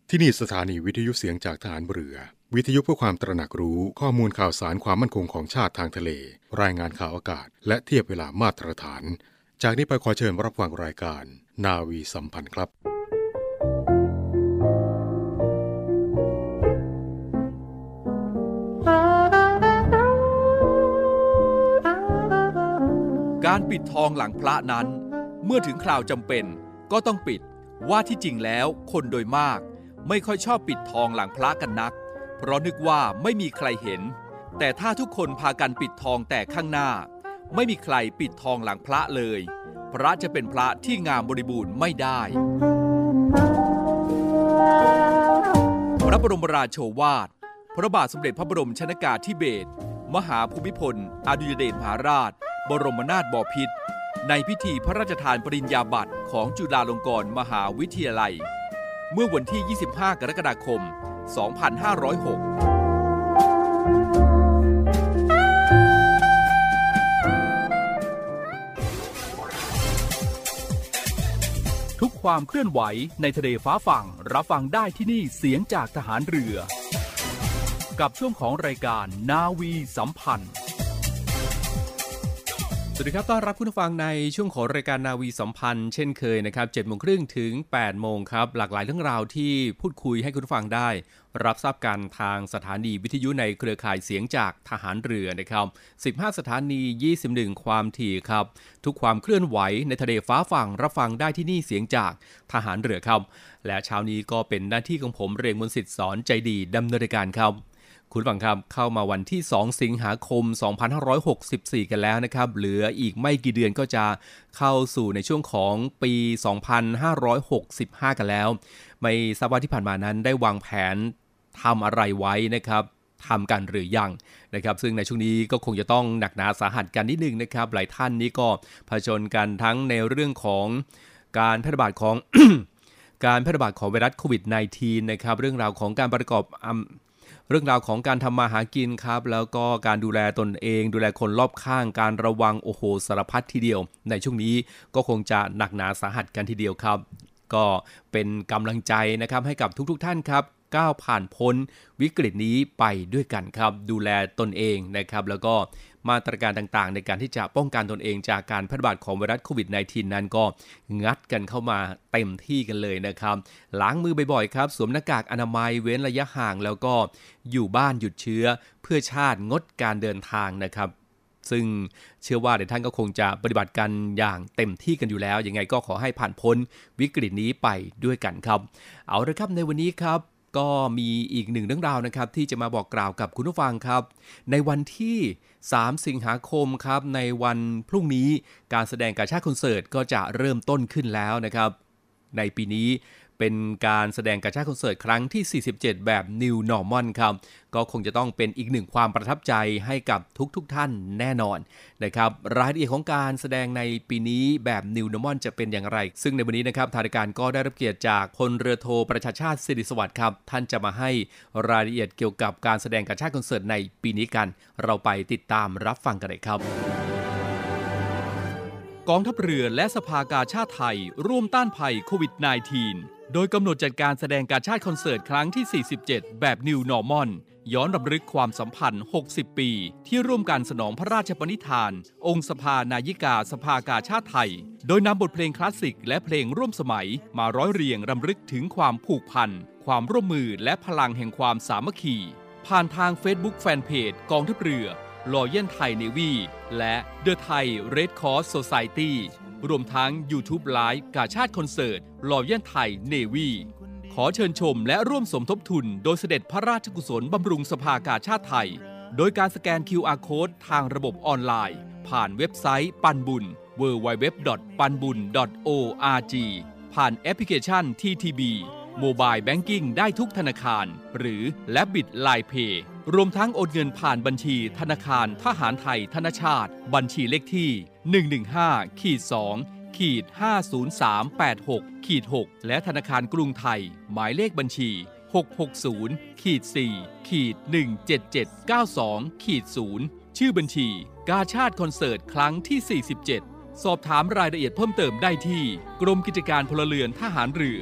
ที่นี่สถานีวิทยุเสียงจากทหารเรือวิทยุเพื่อความตระหนักรู้ข้อมูลข่าวสารความมั่นคงของชาติทางทะเลรายงานข่าวอากาศและเทียบเวลามาตรฐานจากนี้ไปขอเชิญรับฟังรายการนาวีสัมพันธ์ครับการปิดทองหลังพระนั้นเมื่อถึงคราวจำเป็นก็ต้องปิดว่าที่จริงแล้วคนโดยมากไม่ค่อยชอบปิดทองหลังพระกันนักเพราะนึกว่าไม่มีใครเห็นแต่ถ้าทุกคนพากันปิดทองแต่ข้างหน้าไม่มีใครปิดทองหลังพระเลยพระจะเป็นพระที่งามบริบูรณ์ไม่ได้พระบรมราโชวาทพระบาทสมเด็จพระบรมชนกาธิเบศรมหาภูมิพลอดุลยเดชมหาราชบรมนาถบพิตรในพิธีพระราชทานปริญญาบัตรของจุฬาลงกรณ์มหาวิทยาลัยเมื่อวันที่ 25 กรกฎาคม 2506 ทุกความเคลื่อนไหวในทะเลฟ้าฝั่งรับฟังได้ที่นี่เสียงจากทหารเรือกับช่วงของรายการนาวีสัมพันธ์สวัสดีครับต้อนรับคุณผู้ฟังในช่วงของรายการนาวีสัมพันธ์เช่นเคยนะครับ 7:30 น.ถึง 8:00 น.ครับหลากหลายเรื่องราวที่พูดคุยให้คุณผู้ฟังได้รับทราบกันทางสถานีวิทยุในเครือข่ายเสียงจากทหารเรือนะครับ15สถานี21ความถี่ครับทุกความเคลื่อนไหวในทะเลฟ้าฝั่งรับฟังได้ที่นี่เสียงจากทหารเรือครับและเช้านี้ก็เป็นหน้าที่ของผมเรียงมนต์สิทธิ์สอนใจดีดำเนินรายการครับคุณฟังครับเข้ามาวันที่2สิงหาคม2564กันแล้วนะครับเหลืออีกไม่กี่เดือนก็จะเข้าสู่ในช่วงของปี2565กันแล้วไม่ทราบว่าที่ผ่านมานั้นได้วางแผนทำอะไรไว้นะครับทำกันหรือยังนะครับซึ่งในช่วงนี้ก็คงจะต้องหนักหนาสาหัสกันนิดนึงนะครับหลายท่านนี้ก็เผชิญกันทั้งในเรื่องของการแพร่ระบาดของ การแพร่ระบาดของไวรัสโควิด -19 นะครับเรื่องราวของการประกอบเรื่องราวของการทำมาหากินครับแล้วก็การดูแลตนเองดูแลคนรอบข้างการระวังโอ้โหสารพัดทีเดียวในช่วงนี้ก็คงจะหนักหนาสาหัสกันทีเดียวครับก็เป็นกำลังใจนะครับให้กับทุกท่านครับก้าวผ่านพ้นวิกฤตนี้ไปด้วยกันครับดูแลตนเองนะครับแล้วก็มาตรการต่างๆในการที่จะป้องกันตนเองจากการแพร่ระบาดของไวรัสโควิด -19 นั้นก็งัดกันเข้ามาเต็มที่กันเลยนะครับล้างมือบ่อยๆครับสวมหน้ากากอนามัยเว้นระยะห่างแล้วก็อยู่บ้านหยุดเชื้อเพื่อชาติงดการเดินทางนะครับซึ่งเชื่อว่าเดี๋ยวท่านก็คงจะปฏิบัติกันอย่างเต็มที่กันอยู่แล้วยังไงก็ขอให้ผ่านพ้นวิกฤตนี้ไปด้วยกันครับเอาละครับในวันนี้ครับก็มีอีกหนึ่งเรื่องราวนะครับที่จะมาบอกกล่าวกับคุณผู้ฟังครับในวันที่3สิงหาคมครับในวันพรุ่งนี้การแสดงกาชาดคอนเสิร์ตก็จะเริ่มต้นขึ้นแล้วนะครับในปีนี้เป็นการแสดงกาชาดคอนเสิร์ตครั้งที่47แบบ New Normal ครับก็คงจะต้องเป็นอีกหนึ่งความประทับใจให้กับทุกท่านแน่นอนนะครับรายละเอียดของการแสดงในปีนี้แบบ New Normal จะเป็นอย่างไรซึ่งในวันนี้นะครับทางรายการก็ได้รับเกียรติจากพลเรือโทประชาชาติศิริสวัสดิ์ครับท่านจะมาให้รายละเอียดเกี่ยวกับการแสดงกาชาดคอนเสิร์ตในปีนี้กันเราไปติดตามรับฟังกันเลยครับกองทัพเรือและสภากาชาดไทยร่วมต้านภัยโควิด -19 โดยกำหนดจัดการแสดงกาชาดคอนเสิร์ตครั้งที่47แบบ New Normal ย้อนรำลึกความสัมพันธ์60ปีที่ร่วมกันสนองพระราชปณิธานองค์สภานายิกาสภากาชาดไทยโดยนำบทเพลงคลาสสิกและเพลงร่วมสมัยมาร้อยเรียงรำลึกถึงความผูกพันความร่วมมือและพลังแห่งความสามัคคีผ่านทาง Facebook Fanpage กองทัพเรือRoyal Thai Navy และ The Thai Red Cross Society รวมทั้ง YouTube Live กาชาดคอนเสิร์ต Royal Thai Navy ขอเชิญชมและร่วมสมทบทุนโดยเสด็จพระราชกุศลบำรุงสภากาชาดไทยโดยการสแกน QR Code ทางระบบออนไลน์ผ่านเว็บไซต์ปันบุญ www.panbun.org ผ่านแอปพลิเคชัน TTB Mobile Banking ได้ทุกธนาคารหรือ Rabbit Line Pay รวมทั้งโอนเงินผ่านบัญชีธนาคารทหารไทยธนชาติบัญชีเลขที่115-2-50386-6และธนาคารกรุงไทยหมายเลขบัญชี660-4-17792-0ชื่อบัญชีกาชาดคอนเสิร์ตครั้งที่47 สอบถามรายละเอียดเพิ่มเติมได้ที่กรมกิจการพลเรือนทหารเรือ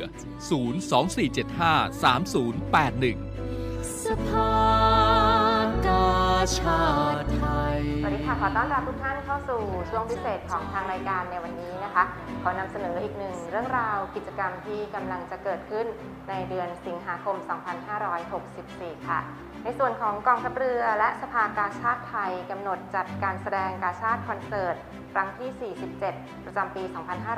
024753081 สภากาชาติไทยสวัสดีค่ะ ขอต้อนรับทุกท่านเข้าสู่ช่วงพิเศษของทางรายการในวันนี้นะคะ ขอนำเสนออีกหนึ่งเรื่องราวกิจกรรมที่กำลังจะเกิดขึ้นในเดือนสิงหาคม 2564 ค่ะ ในส่วนของกองทัพเรือและสภากาชาติไทยกำหนดจัดการแสดงกาชาติคอนเสิร์ตครั้งที่ 47 ประจำปี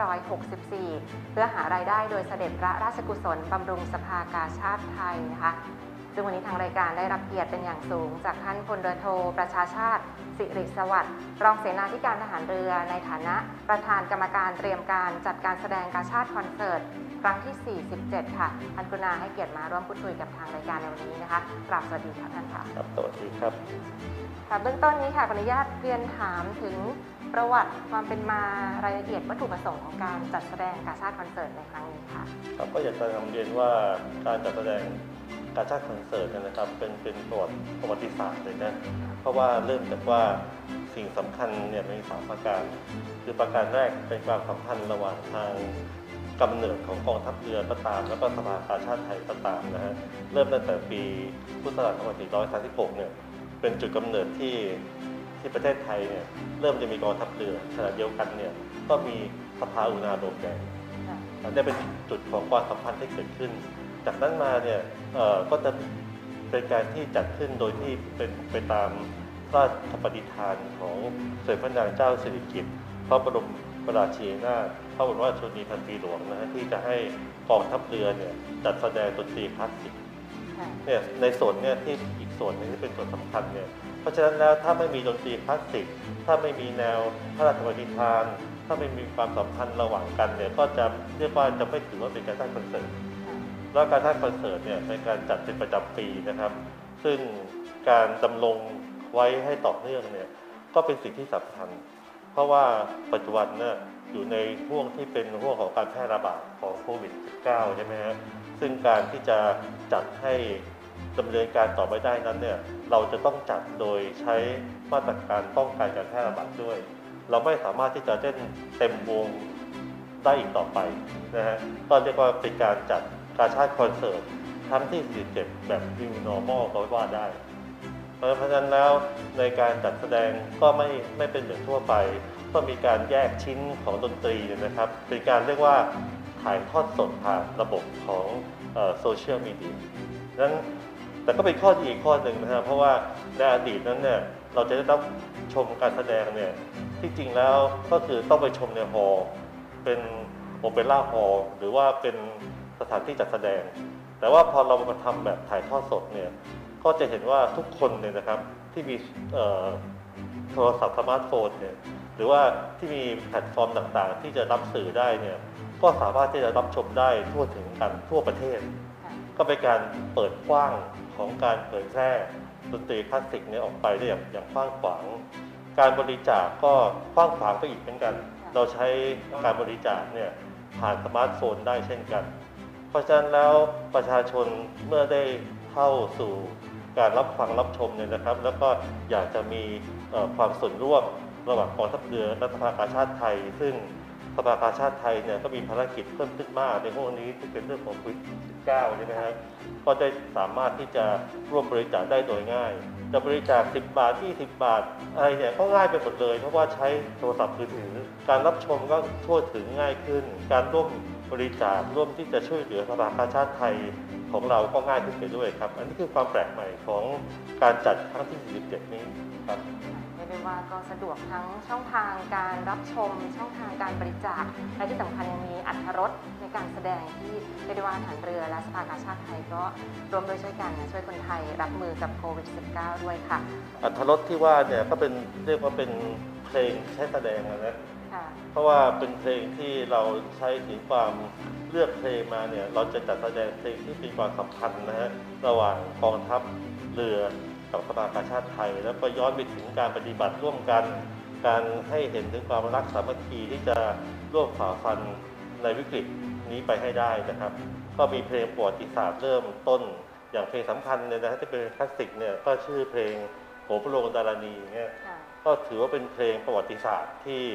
2564 เพื่อหารายได้โดยเสด็จพระราชกุศลบำรุงสภากาชาติไทยนะคะ ซึ่งวันนี้ทางรายการได้รับเกียรติเป็นอย่างสูงจากท่านพลเรือโทประชาชาติสิริสวัสดิ์รองเสนาธิการทหารเรือในฐานะประธานกรรมการเตรียมการจัดการแสดงกาชาติคอนเสิร์ตครั้งที่ 47 ค่ะท่านกรุณาให้เกียรติมาร่วมพูดคุยกับทางรายการในวันนี้นะคะกราบสวัสดีค่ะท่านค่ะครับสวัสดีครับค่ะเบื้องต้นนี้ค่ะขออนุญาตเรียนถามถึงประวัติความเป็นมารายละเอียดวัตถุประสงค์ของการจัดแสดงกาชาติคอนเสิร์ตในครั้งนี้ค่ะครับก็อยากจะนำเรียนว่าการจัดแสดงกาชาติคอนเสิร์ตนะครับเป็นประวัติศาสตร์เลยนะเพราะว่าเริ่มจากว่าสิ่งสำคัญเนี่ยมี3ประการคือประการแรกเป็นความสัมพันธ์ระหว่างทางกำเนิดของกองทัพเรือก็ตามแล้วก็สภากาชาติไทยก็ตามนะฮะเริ่มตั้งแต่ปีพุทธศักราช2436เนี่ยเป็นจุดกำเนิดที่ประเทศไทยเนี่ยเริ่มจะมีกองทัพเรือขณะเดียวกันเนี่ยก็มีสภาอุณาโลมแดงอันนี้เป็นจุดของความสัมพันธ์ที่เกิดขึ้นจากนั้นมาเนี่ยก็จะเป็นการที่จัดขึ้นโดยที่เป็นไปตามพระราชปณิธานของสมเด็จพระนางเจ้าสิริกิติ์พระบรมราชินีนาถพระบรมราชชนนีพันปีหลวงนะฮะที่จะให้กองทัพเรือเนี่ยจัดแสดงดนตรีคลาสสิกเนี่ยในส่วนเนี่ยที่อีกส่วนนึงที่เป็นส่วนสำคัญเนี่ยเพราะฉะนั้นแล้วถ้าไม่มีดนตรีคลาสสิกถ้าไม่มีแนวพระราชปณิธานถ้าไม่มีความสัมพันธ์ระหว่างกันเนี่ยก็จะเรียกว่าจะไม่ถือว่าเป็นการจัดคอนเสิร์ตแล้วการจัดคอนเสิร์ตเนี่ยเป็นการจัดเป็นประจำปีนะครับซึ่งการดำรงไว้ให้ต่อเนื่องเนี่ยก็เป็นสิ่งที่สำคัญเพราะว่าปัจจุบันเนี่ยอยู่ในห่วงที่เป็นห่วงของการแพร่ระบาดของโควิด -19 ใช่ไหมฮะซึ่งการที่จะจัดให้ดำเนินการต่อไปได้นั้นเนี่ยเราจะต้องจัดโดยใช้มาตรการป้องกันการแพร่ระบาดด้วยเราไม่สามารถที่จะเล่นเต็มวงได้อีกต่อไปนะฮะก็เรียกว่าเป็นการจัดกาชาติคอนเสิร์ตครั้งที่ 47 แบบ New Normal ก็ว่าได้เพราะฉะนั้นแล้วในการจัดแสดงก็ไม่เป็นเหมือนทั่วไปก็มีการแยกชิ้นของดนตรีนะครับเป็นการเรียกว่าถ่ายทอดสดผ่านระบบของโซเชียลมีเดียนั้นแต่ก็เป็นข้อดีอีกข้อหนึ่งนะครับเพราะว่าในอดีตนั้นเนี่ยเราจะได้รับชมการแสดงเนี่ยที่จริงแล้วก็คือต้องไปชมในฮอลล์เป็นโอเปร่าฮอลล์หรือว่าเป็นสถานที่จัดแสดงแต่ว่าพอเรามาทำแบบถ่ายทอดสดเนี่ยก็จะเห็นว่าทุกคนเนี่ยนะครับที่มีโทรศัพท์สมาร์ทโฟนเนี่ยหรือว่าที่มีแพลตฟอร์มต่างๆที่จะรับสื่อได้เนี่ยก็สามารถที่จะรับชมได้ทั่วถึงกันทั่วประเทศก็เป็นการเปิดกว้างของการเผยแพร่ดนตรีคลาสสิกเนี่ยออกไปได้อย่างกว้างขวางการบริจาคก็กว้างขวางไปอีกเหมือนกันเราใช้การบริจาคเนี่ยผ่านสมาร์ทโฟนได้เช่นกันเพราะฉะนั้นแล้วประชาชนเมื่อได้เข้าสู่การรับฟังรับชมเนี่ยนะครับแล้วก็อยากจะมีความส่วนร่วมระหว่างกองทัพเรือและสภากาชาติไทยซึ่งสภากาชาติไทยเนี่ยก็มีภารกิจเพิ่มขึ้นมากในพวกนี้ที่เป็นเรื่องของโควิด -19 ใช่ไหมครับก็ได้สามารถที่จะร่วมบริจาคได้โดยง่ายจะบริจาค10 บาท20 บาทอะไรเนี่ยก็ง่ายไปหมดเลยเพราะว่าใช้โทรศัพท์มือถือการรับชมก็ทั่วถึงง่ายขึ้นการร่วมบริจาคร่วมที่จะช่วยเหลือสภากาชาติไทยของเราก็ง่ายขึ้นไปด้วยครับอันนี้คือความแปลกใหม่ของการจัดครั้งที่47นี้ครับเรียกได้ว่าก็สะดวกทั้งช่องทางการรับชมช่องทางการบริจาคและที่สำคัญยังมีอรรถรสในการแสดงที่เรียกได้ว่าทหารเรือและสภากาชาติไทยก็ร่วมด้วยช่วยกันช่วยคนไทยรับมือกับโควิด -19 ด้วยค่ะอรรถรสที่ว่าเนี่ยก็เป็นเรียกว่าเป็นเพลงใช้แสดงนะเพราะว่าเป็นเพลงที่เราใช้ถึงความเลือกเพลงมาเนี่ยเราจะจัดแสดงเพลงที่มีความสัมพันธ์นะฮะระหว่างกองทัพเรือกับสภากาชาติไทยแล้วก็ย้อนไปถึงการปฏิบัติร่วมกันการให้เห็นถึงความรักสามัคคีที่จะร่วมฝ่าฟันในวิกฤตนี้ไปให้ได้นะครับก็มีเพลงประวัติศาสตร์เริ่มต้นอย่างเพลงสำคัญเนี่ยนะที่เป็นคลาสสิกเนี่ยก็ชื่อเพลงโหพระโรงดารณีเนี่ยก็ถือว่าเป็นเพลงประวัติศาสตร์ที่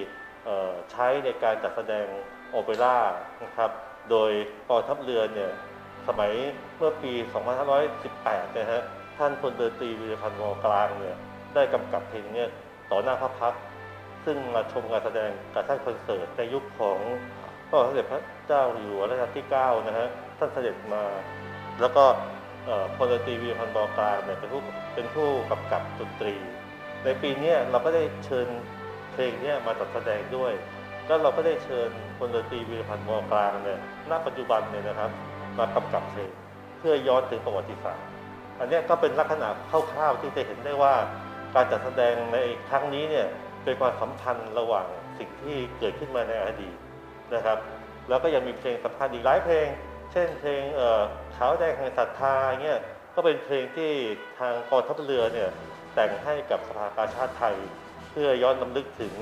ใช้ในการจัดแสดงโอเปร่านะครับโดยกองทัพเรือเนี่ยสมัยเมื่อปี 2518 นะฮะท่านพลเรือตรีวีรพันธ์ ว.กลางเนี่ยได้กำกับเพลงเนี่ยต่อหน้าพระพักตร์ซึ่งมาชมการแสดงการท่านคอนเสิร์ตในยุคของพระบาทสมเด็จพระเจ้าอยู่หัวรัชกาลที่ 9 นะฮะท่านเสด็จมาแล้วก็พลเรือตรีวีรพันธ์ ว.กลางเนี่ยเป็นผู้กำกับดนตรีในปีนี้เราก็ได้เชิญเพลงนี้มาจัดแสดงด้วยแล้วเราก็ได้เชิญพลเรือตรีวีรพันธ์ ว.กลางเนี่ยณปัจจุบันเนี่ยนะครับมากำกับเพลงเพื่อย้อนถึงประวัติศาสตร์อันนี้ก็เป็นลักษณะคร่าวๆที่จะเห็นได้ว่าการจัดแสดงในครั้งนี้เนี่ยเป็นความสัมพันธ์ระหว่างสิ่งที่เกิดขึ้นมาในอดีตนะครับแล้วก็ยังมีเพลงสำคัญอีกหลายเพลงเช่นเพลงขาวแดงแห่งศรัทธาเงี้ยก็เป็นเพลงที่ทางกองทัพเรือเนี่ยแต่งให้กับสภากาชาดไทยเพื่อย้อนรำลึกถึง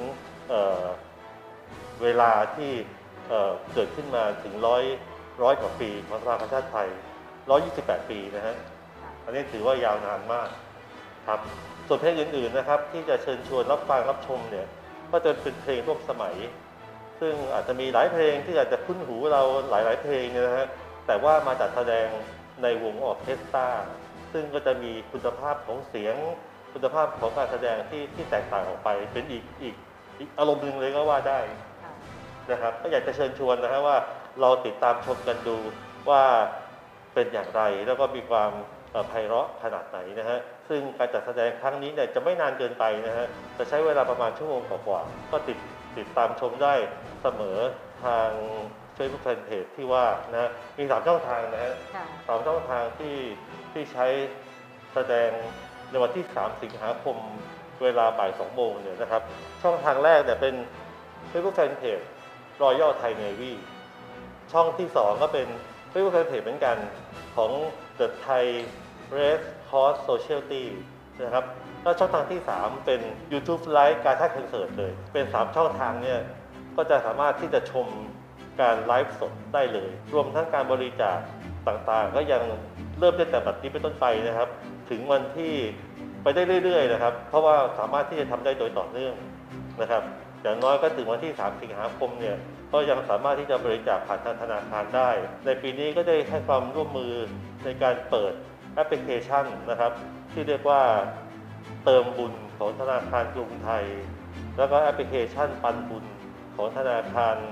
เวลาที่เกิดขึ้นมาถึงร้อยกว่าปีของสภากาชาดไทย128 ปีนะฮะอันนี้ถือว่ายาวนานมากครับส่วนเพลงอื่นๆนะครับที่จะเชิญชวนรับฟังรับชมเนี่ยก็จะเป็นเพลงร่วมสมัยซึ่งอาจจะมีหลายเพลงที่อาจจะคุ้นหูเราหลายๆเพลงนะฮะแต่ว่ามาจัดแสดงในวงออร์เคสตราซึ่งก็จะมีคุณภาพของเสียงคุณภาพของการแสดงที่แตกต่างออกไปเป็นอีกอารมณ์หนึ่งเลยก็ว่าได้นะครับก็อยากจะเชิญชวนนะฮะว่าเราติดตามชมกันดูว่าเป็นอย่างไรแล้วก็มีความไพเราะขนาดไหนนะฮะซึ่งการจัดแสดงครั้งนี้เนี่ยจะไม่นานเกินไปนะฮะจะใช้เวลาประมาณชั่วโมงกว่าๆก็ติดตามชมได้เสมอทาง Facebook Fanpage ที่ว่านะมี3ช่องทางนะฮะ3ช่องทางที่ใช้แสดงในวันที่3 สิงหาคมเวลาบ่าย 2 โมงเนี่ยนะครับช่องทางแรกเนี่ยเป็น Facebook Fanpage Royal Thai Navy ช่องที่2ก็เป็น Facebook Fanpage เหมือนกันของ The Thai Red Cross Society นะครับแล้วช่องทางที่3เป็น YouTube Live การท่าคอนเสิร์ตเลยเป็น3ช่องทางเนี่ยก็จะสามารถที่จะชมการไลฟ์สดได้เลยรวมทั้งการบริจาคต่างๆก็ยังเริ่มตั้งแต่บัดนี้เป็นต้นไปนะครับถึงวันที่ไปได้เรื่อยๆนะครับเพราะว่าสามารถที่จะทำได้โดยต่อเนื่องนะครับอย่างน้อยก็ถึงวันที่3 สิงหาคมเนี่ยก็ยังสามารถที่จะบริจาคผ่านทางธนาคารได้ในปีนี้ก็ได้ให้ความร่วมมือในการเปิดแอปพลิเคชันนะครับที่เรียกว่าเติมบุญของธนาคารกรุงไทยแล้วก็แอปพลิเคชันปันบุญของธนาคาร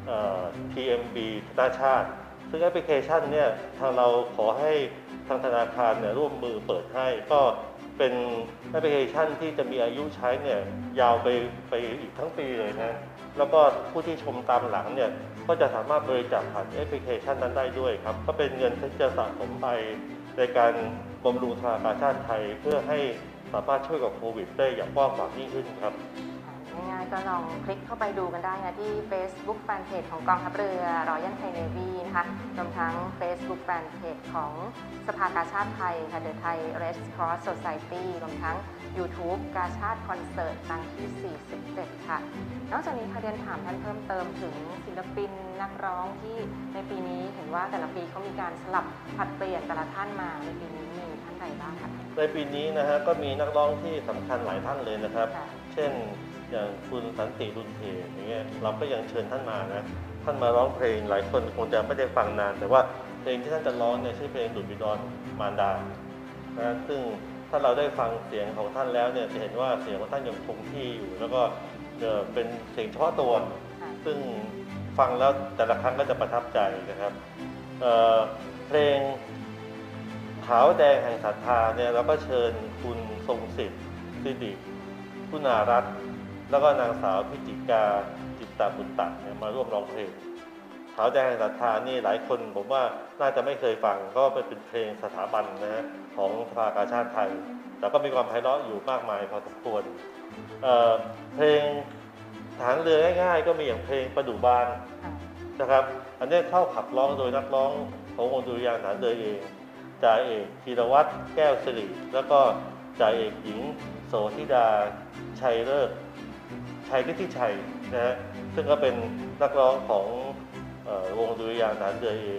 TMB ธนาชาติซึ่งแอปพลิเคชันเนี่ยทางเราขอให้ทางธนาคารเนี่ยร่วมมือเปิดให้ก็เป็นแอปพลิเคชันที่จะมีอายุใช้เนี่ยยาวไปอีกทั้งปีเลยนะแล้วก็ผู้ที่ชมตามหลังเนี่ยก็จะสามารถบริจาคผ่านแอปพลิเคชันนั้นได้ด้วยครับก็เป็นเงินที่จะสะสมไปในการบำรุงธนาคารชาติไทยเพื่อให้สามารถช่วยกับโควิดได้อย่างกว้างขวางยิ่งขึ้นครับง่ายๆก็ลองคลิกเข้าไปดูกันได้นะที่ Facebook Fanpage ของกองทัพเรือ Royal Thai Navy นะคะรวมทั้ง Facebook Fanpage ของสภากาชาดไทยค่ะ The Thai Red Cross Society รวมทั้ง YouTube กาชาดคอนเสิร์ตครั้งที่47ค่ะนอกจากนี้ค่ะเรียนถามท่านเพิ่มเติมถึงศิลปินนักร้องที่ในปีนี้เห็นว่าแต่ละปีเขามีการสลับผลัดเปลี่ยนแต่ละท่านมาในปีนี้มีท่านใดบ้างคะในปีนี้นะฮะก็มีนักร้องที่สำคัญหลายท่านเลยนะครับเช่นอย่างคุณสันติรุนเทอย่างเงี้ยเราก็ยังเชิญท่านมานะท่านมาร้องเพลงหลายคนคงจะไม่ได้ฟังนานแต่ว่าเพลงที่ท่านจะร้องเนี่ยชื่อเพลงดุจบิดรมารดานะซึ่งถ้าเราได้ฟังเสียงของท่านแล้วเนี่ยจะเห็นว่าเสียงของท่านยังคงที่อยู่แล้วก็เป็นเสียงเฉพาะตัวซึ่งฟังแล้วแต่ละครั้งก็จะประทับใจนะครับเพลงขาวแดงแห่งศรัทธาเนี่ยเราก็เชิญคุณทรงสิทธิ์สิริคุณารัตน์แล้วก็นางสาวพิจิกาจิตตบุญตักเนี่ยมาร่วมร้องเพลงขาวแดงแห่งศรัทธานี่หลายคนผมว่าน่าจะไม่เคยฟังก็เป็นเพลงสถาบันนะฮะของสภากาชาดไทยแต่ก็มีความไพเราะอยู่มากมายพอสมควรเพลงทหารเรือง่ายๆก็มีอย่างเพลงประดู่บานนะครับอันนี้เข้าขับร้องโดยนักร้องของวงดุริยางค์ทหารเรือเองจ่าเอกธีรวัฒน์แก้วสิริแล้วก็จ่าเอกหญิงโสธิดาชัยฤทธิชัยนะฮะซึ่งก็เป็นนักร้องของวงดุริยางค์ทหารเรือเอง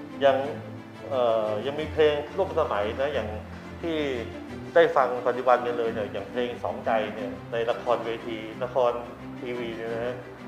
ยังมีเพลงร่วมสมัยนะอย่างที่ได้ฟังปัจจุบันกันเลยเนี่ยอย่างเพลงสองใจเนี่ยในละครเวทีละครทีวีเนี่ยนะฮะ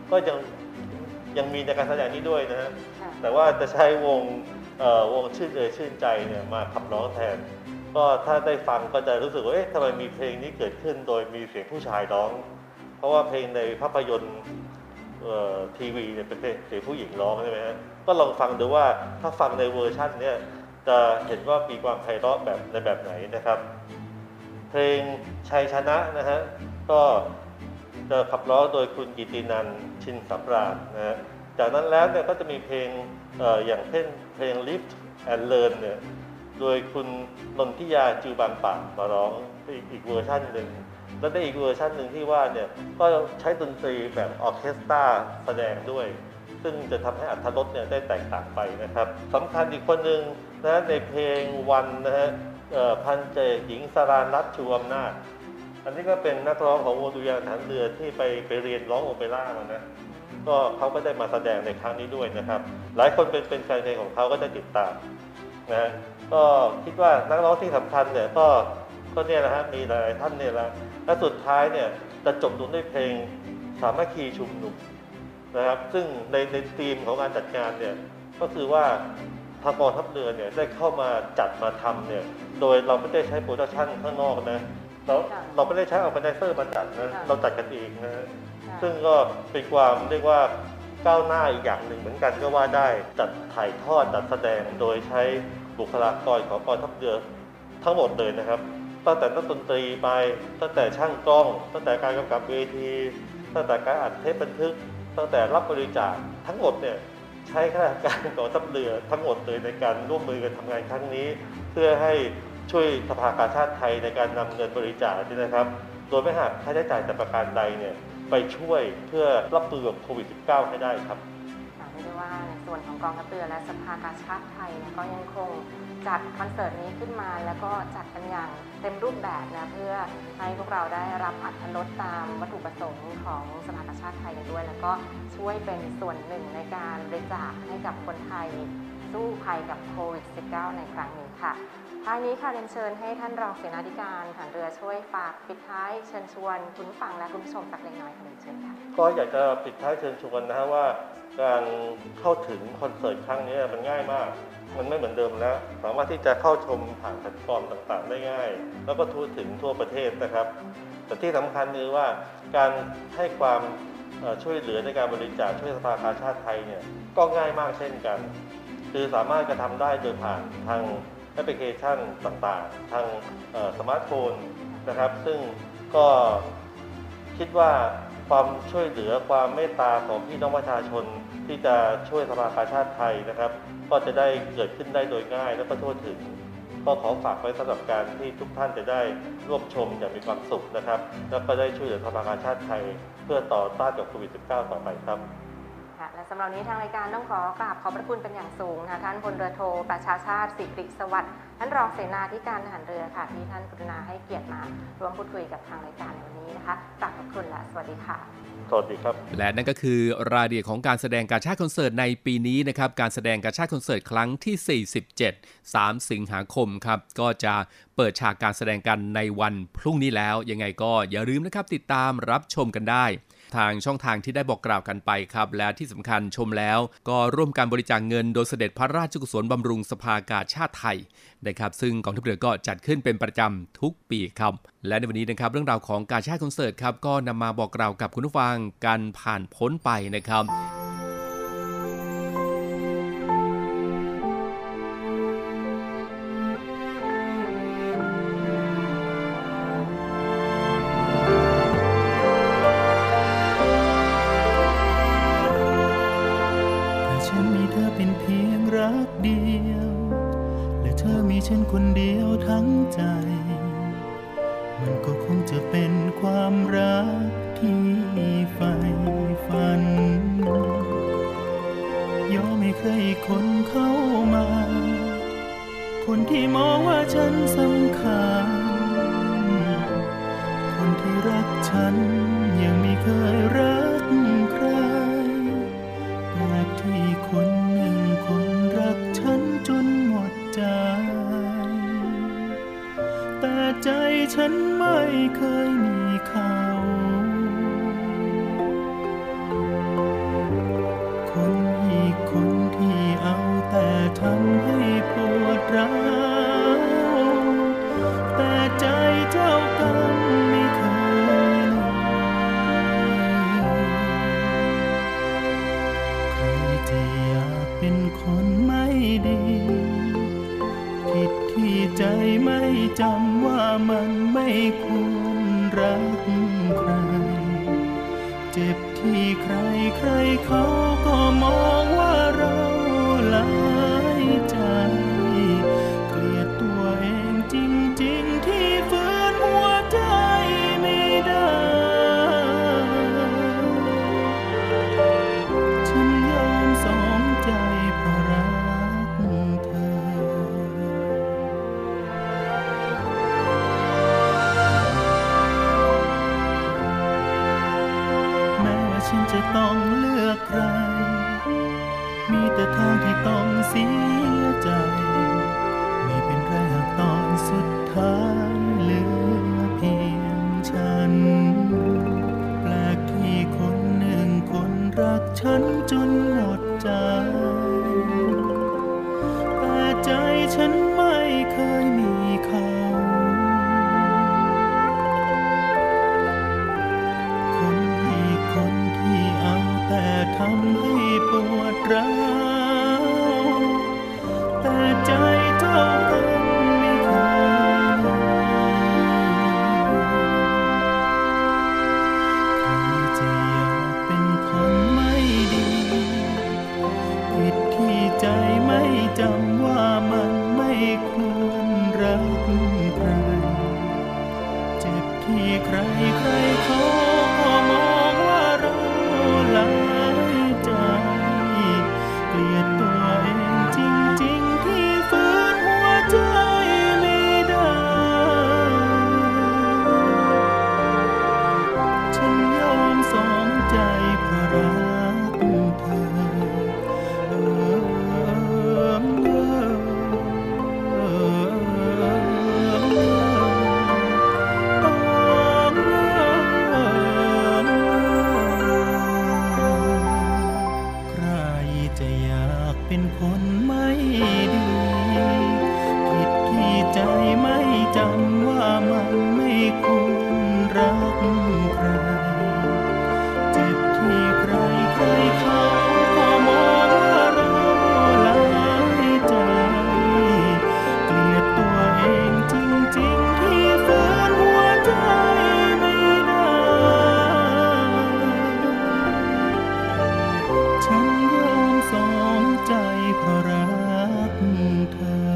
ก็ยังมีในการแสดงนี้ด้วยนะฮะค่ะแต่ว่าจะใช้วงชื่นใจเนี่ยมาขับร้องแทนก็ถ้าได้ฟังก็จะรู้สึกว่าเอ๊ะทำไมมีเพลงนี้เกิดขึ้นโดยมีเสียงผู้ชายร้องเพราะว่าเพลงในภาพยนตร์ทีวีเนี่ยเป็นเพลงเสียงผู้หญิงร้องใช่ไหมฮะก็ลองฟังดูว่าถ้าฟังในเวอร์ชันเนี่ยจะเห็นว่ามีความไพเราะแบบไหนนะครับเพลงชัยชนะนะฮะก็จะขับร้องโดยคุณกิตินันท์ชินสำราญนะฮะจากนั้นแล้วเนี่ยก็จะมีเพลงอย่างเช่นเพลง Live and Learn เนี่ยโดยคุณนนทิยาจือบางปากมาร้องอีกเวอร์ชันหนึ่งแล้วได้อีกเวอร์ชันหนึ่งที่ว่าเนี่ยก็ใช้ดนตรีแบบออร์เคสตราแสดงด้วยซึ่งจะทำให้อรรถรสเนี่ยได้แตกต่างไปนะครับสำคัญอีกคนหนึ่งนะในเพลงวันนะฮะพันเจหญิงสราญรัตน์ชูอำนาจอันนี้ก็เป็นนักร้องของวงดุริยางค์ทหารเรือที่ไปเรียนร้องโอเปร่ามานะก็เขาก็ได้มาแสดงในครั้งนี้ด้วยนะครับหลายคนเป็นแฟนเพลงของเขาก็จะติดตามนะก็คิดว่านักร้องที่สำคัญเนี่ยก็เนี่ยนะฮะมีหลายท่านเนี่ยละและสุดท้ายเนี่ยจะจบลงด้วยเพลงสามัคคีชุมนุมนะครับซึ่งในธีมของการจัดงานเนี่ยก็คือว่าทางกองทัพเรือเนี่ยได้เข้ามาจัดมาทำเนี่ยโดยเราไม่ได้ใช้โปรดักชั่นข้างนอกนะเราไม่ได้ใช้ออร์แกไนเซอร์มาจัดนะเราจัดกันเองนะซึ่งก็เป็นความเรียกว่าก้าวหน้าอีกอย่างหนึ่งเหมือนกันก็ว่าได้จัดถ่ายทอดจัดแสดงโดยใช้บุคลากรของกองทัพเรือทั้งหมดเลยนะครับตั้งแต่นักดนตรีไปตั้งแต่ช่างกล้องตั้งแต่การกำกับเวทีตั้งแต่การอัดเทปบันทึกตั้งแต่รับบริจาคทั้งหมดเนี่ยใช้ข้าราชการกองทัพเรือทั้งหมดเลยในการร่วมมือกันทำงานครั้งนี้เพื่อให้ช่วยสภากาชาดไทยในการนำเงินบริจาคนี่นะครับโดยไม่หักค่าใช้จ่ายแต่ประการใดเนี่ยไปช่วยเพื่อรับมือกับโควิด -19 ให้ได้ครับเรียกได้ว่าในส่วนของกองทัพเรือและสภากาชาดไทยเนี่ยก็ยังคงจัดคอนเสิร์ตนี้ขึ้นมาแล้วก็จัดกันอย่างเต็มรูปแบบนะเพื่อให้พวกเราได้รับอรรถรสตามวัตถุประสงค์ของสภากาชาดไทยกันด้วยแล้วก็ช่วยเป็นส่วนหนึ่งในการบริจาคให้กับคนไทยสู้ภัยกับโควิด -19 ในครั้งนี้ค่ะท้ายนี้ค่ะเรียนเชิญให้ท่านรองเสนาธิการทหารเรือช่วยฝากปิดท้ายเชิญชวนคุณผู้ฟังและคุณผู้ชมสักเล็กน้อยค่ะเรียนเชิญค่ะก็อยากจะปิดท้ายเชิญชวนนะฮะว่าการเข้าถึงคอนเสิร์ตครั้งนี้มันง่ายมากมันไม่เหมือนเดิมแล้วสามารถที่จะเข้าชมผ่านแพลตฟอร์มต่างๆได้ง่ายแล้วก็ทั่วถึงทั่วประเทศนะครับแต่ที่สำคัญคือว่าการให้ความช่วยเหลือในการบริจาคช่วยสภากาชาดไทยเนี่ยก็ง่ายมากเช่นกันคือสามารถกระทำได้โดยผ่านทางแอปพลิเคชันต่างๆทางสมาร์ทโฟนนะครับซึ่งก็คิดว่าความช่วยเหลือความเมตตาของพี่น้องประชาชนที่จะช่วยสภากาชาดไทยนะครับก็จะได้เกิดขึ้นได้โดยง่ายและก็ทั่วถึงก็ขอฝากไว้สำหรับการที่ทุกท่านจะได้ร่วมชมอย่างมีความสุขนะครับแล้วก็ได้ช่วยเหลือสภากาชาดไทยเพื่อต่อต้านกับโควิด -19 ต่อไปครับและสำหรับนี้ทางรายการต้องขอกราบขอบพระคุณเป็นอย่างสูงค่ะท่านพลเรือโทประชาชาติสิริสวัสดิ์ท่านรองเสนาธิการทหารเรือค่ะที่ท่านกรุณาให้เกียรติมาร่วมพูดคุยกับทางรายการในวันนี้นะคะกราบขอบคุณและสวัสดีค่ะสวัสดีครับและนั่นก็คือรายละเอียดของการแสดงกาชาดคอนเสิร์ตในปีนี้นะครับการแสดงกาชาดคอนเสิร์ตครั้งที่47 3 สิงหาคมครับก็จะเปิดฉากการแสดงกันในวันพรุ่งนี้แล้วยังไงก็อย่าลืมนะครับติดตามรับชมกันได้ทางช่องทางที่ได้บอกกล่าวกันไปครับและที่สำคัญชมแล้วก็ร่วมการบริจาคเงินโดยเสด็จพระราชกุศลบำรุงสภากาชาดไทยนะครับซึ่งกองทัพเรือก็จัดขึ้นเป็นประจำทุกปีครับและในวันนี้นะครับเรื่องราวของกาชาดคอนเสิร์ตครับก็นำมาบอกกล่าวกับคุณผู้ฟังกันผ่านพ้นไปนะครับฉันคนเดียวทั้งใจมันก็คงจะเป็นความรักที่ใฝ่ฝันยอมให้ใครคนเข้ามาคนที่มองว่าฉันสำคัญคนที่รักฉันยังไม่เคยรักใครแต่ที่คนหนึ่งคนรักฉันจนหมดใจแต่ใจฉันไม่เคยมีเขากรรมไม่เคยลืมใครจะอยากเป็นคนไม่ดีผิดที่ใจไม่จำว่ามันไม่ควรรักใครเจ็บที่ใครเขาก็มองว่าเราหลายใจเกลียดตัวเองจริงๆที่ฝืนหัวใจไม่ได้ฉันยอมสองใจเพราะรักเธอแม้ว่าฉันจะต้องเลือกใครมีแต่ทางที่ต้องเสียใจไม่เป็นไรหากตอนสุดท้ายเหลือเพียงฉันแปลกที่คนหนึ่งคนรักฉันจนหมดใจแต่ใจฉันไม่เคยมีเขาคนอีกคนที่เอาแต่ทำให้ปวดร้าวแต่ใจเท่ากันไม่เคยลืมใครจะอยากเป็นคนไม่ดีผิดที่ใจไม่จำว่ามันไม่ควรรักใครเจ็บที่ใครเขาก็มองว่าเราหลายใจเกลียดตัวเองจริงๆที่ฝืนหัวใจไม่ได้ฉันยอมสองใจเพราะรักเธอใครจะอยากเป็นคนไม่ดีผิดที่ใจไม่จำว่ามันไม่ควรรักใครเจ็บที่ใครเขาก็มองว่าเราหลายใจเกลียดตัวเองจริงๆที่ฝืนหัวใจไม่ได้ฉันยอมสองใจเพราะรักเธอ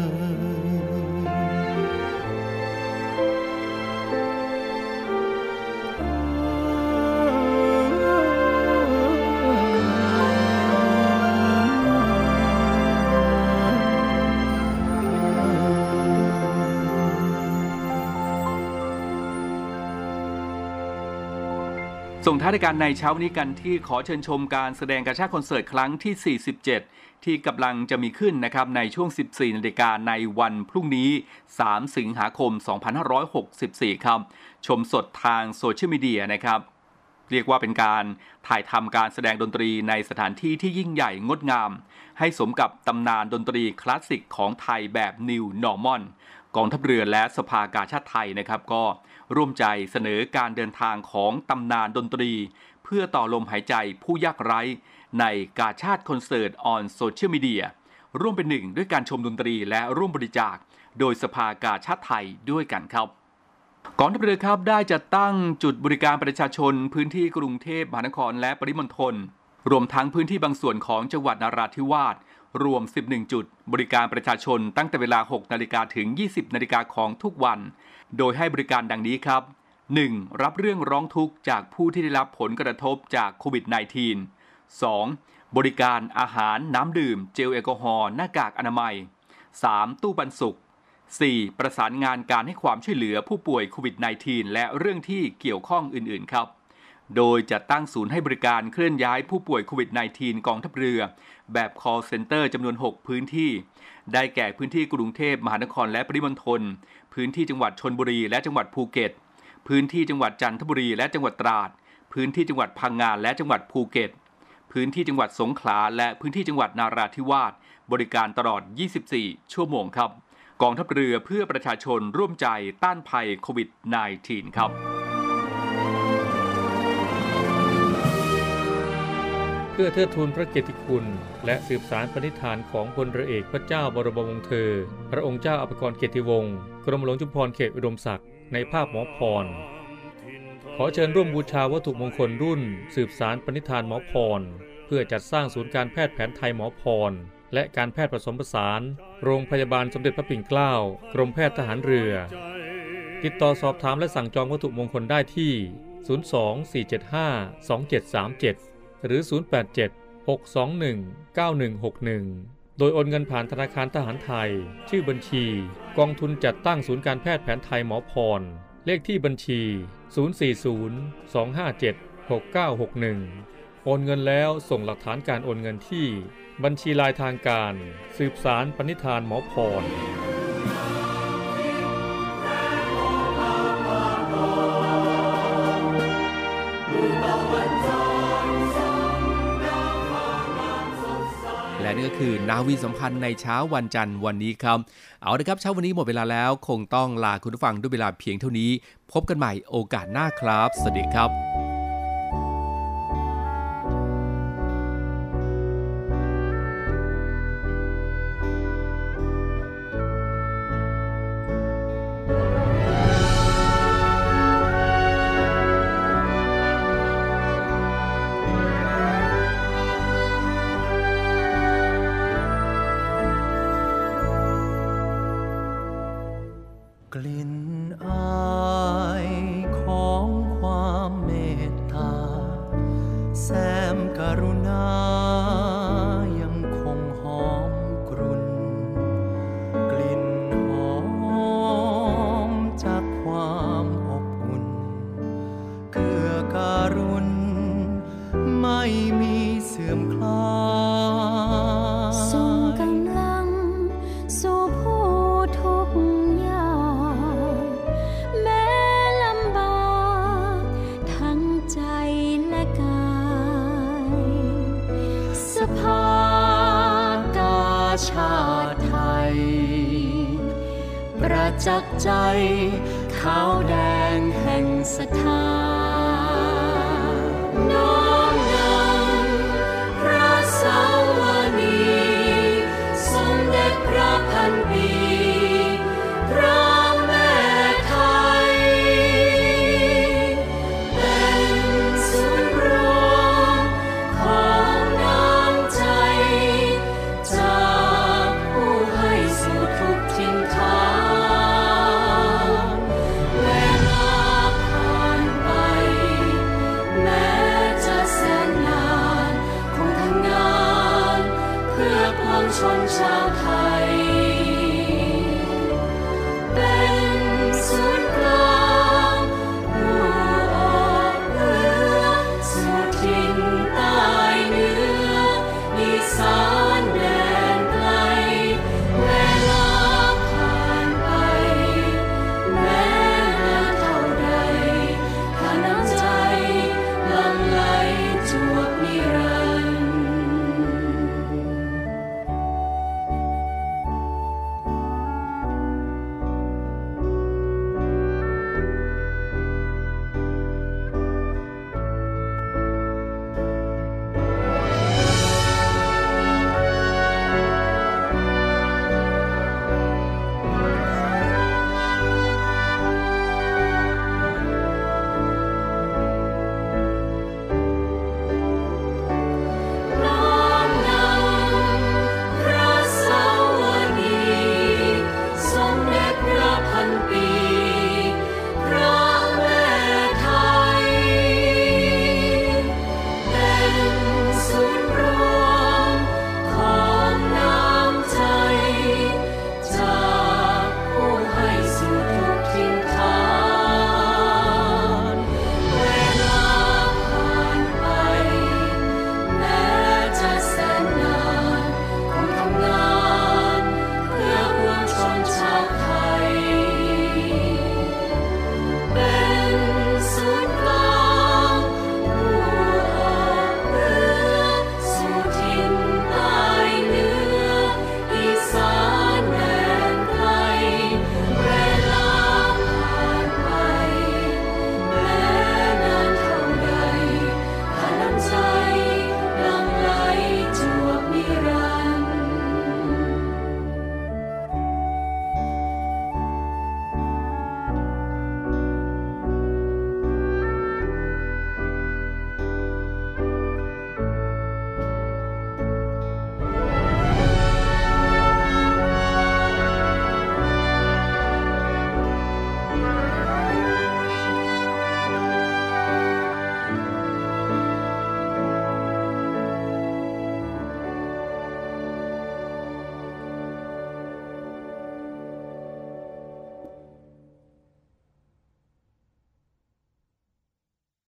ส่งท้ายรายการในเช้าวันนี้กันที่ขอเชิญชมการแสดงกาชาดคอนเสิร์ตครั้งที่ 47 ที่กำลังจะมีขึ้นนะครับในช่วง 14 นาฬิกาในวันพรุ่งนี้ 3 สิงหาคม 2564 ครับชมสดทางโซเชียลมีเดียนะครับเรียกว่าเป็นการถ่ายทำการแสดงดนตรีในสถานที่ที่ยิ่งใหญ่งดงามให้สมกับตำนานดนตรีคลาสสิกของไทยแบบ New Normal กองทัพเรือและสภากาชาดไทยนะครับก็ร่วมใจเสนอการเดินทางของตำนานดนตรีเพื่อต่อลมหายใจผู้ยากไร้ในกาชาดคอนเสิร์ตออนโซเชียลมีเดียร่วมเป็นหนึ่งด้วยการชมดนตรีและร่วมบริจาคโดยสภากาชาดไทยด้วยกันครับกองทัพเรือครับได้จัดตั้งจุดบริการประชาชนพื้นที่กรุงเทพมหานครและปริมณฑลรวมทั้งพื้นที่บางส่วนของจังหวัดนราธิวาสรวม11จุดบริการประชาชนตั้งแต่เวลา 6 นาฬิกาถึง 20 นาฬิกาของทุกวันโดยให้บริการดังนี้ครับ 1. รับเรื่องร้องทุกข์จากผู้ที่ได้รับผลกระทบจากโควิด -19 2. บริการอาหารน้ำดื่มเจลแอลกอฮอล์หน้ากากอนามัย 3. ตู้ปันสุข 4. ประสานงานการให้ความช่วยเหลือผู้ป่วยโควิด -19 และเรื่องที่เกี่ยวข้องอื่นๆครับโดยจะตั้งศูนย์ให้บริการเคลื่อนย้ายผู้ป่วยโควิด -19 กองทัพเรือแบบ call center จำนวน 6 พื้นที่ได้แก่พื้นที่กรุงเทพมหานครและปริมณฑลพื้นที่จังหวัดชลบุรีและจังหวัดภูเก็ตพื้นที่จังหวัดจันทบุรีและจังหวัดตราดพื้นที่จังหวัดพังงาและจังหวัดภูเก็ตพื้นที่จังหวัดสงขลาและพื้นที่จังหวัดนาราธิวาสบริการตลอด 24 ชั่วโมงครับกกองทัพเรือเพื่อประชาชนร่วมใจต้านภัยโควิด -19 ครับเพื่อเทิดทูนพระเกียรติคุณและสืบสานปณิธานของพลเรือเอกพระเจ้าบรมวงศ์เธอพระองค์เจ้าอภกรเกียรติวงศ์กรมหลวงชุมพรเขตอุดมศักดิ์ในภาพหมอพรขอเชิญร่วมบูชาวัตถุมงคลรุ่นสืบสานปณิธานหมอพรเพื่อจัดสร้างศูนย์การแพทย์แผนไทยหมอพรและการแพทย์ผสมผสานโรงพยาบาลสมเด็จพระปิ่นเกล้ากรมแพทย์ทหารเรือติดต่อสอบถามและสั่งจองวัตถุมงคลได้ที่02-475-2737หรือ087-621-9161โดยโอนเงินผ่านธนาคารทหารไทยชื่อบัญชีกองทุนจัดตั้งศูนย์การแพทย์แผนไทยหมอพรเลขที่บัญชี040-257-6961โอนเงินแล้วส่งหลักฐานการโอนเงินที่บัญชีลายทางการสืบสานปณิธานหมอพรและนี่ก็คือนาวีสัมพันธ์ในเช้าวันจันทร์วันนี้ครับเอาละครับเช้าวันนี้หมดเวลาแล้วคงต้องลาคุณผู้ฟังด้วยเวลาเพียงเท่านี้พบกันใหม่โอกาสหน้าครับสวัสดีครับกลิ่นอายของความเมตตาแซมกรุณายังคงหอมกรุ่นกลิ่นหอมจากความอบอุ่นเกื้อการุณไม่มีเสื่อมคลายส่งกำลังสู่ผู้ทุกข์ยากแม้ลำบากทั้งใจและกายสภากาชาติไทยประจักษ์ใจขาวแดงแห่งศรัทธา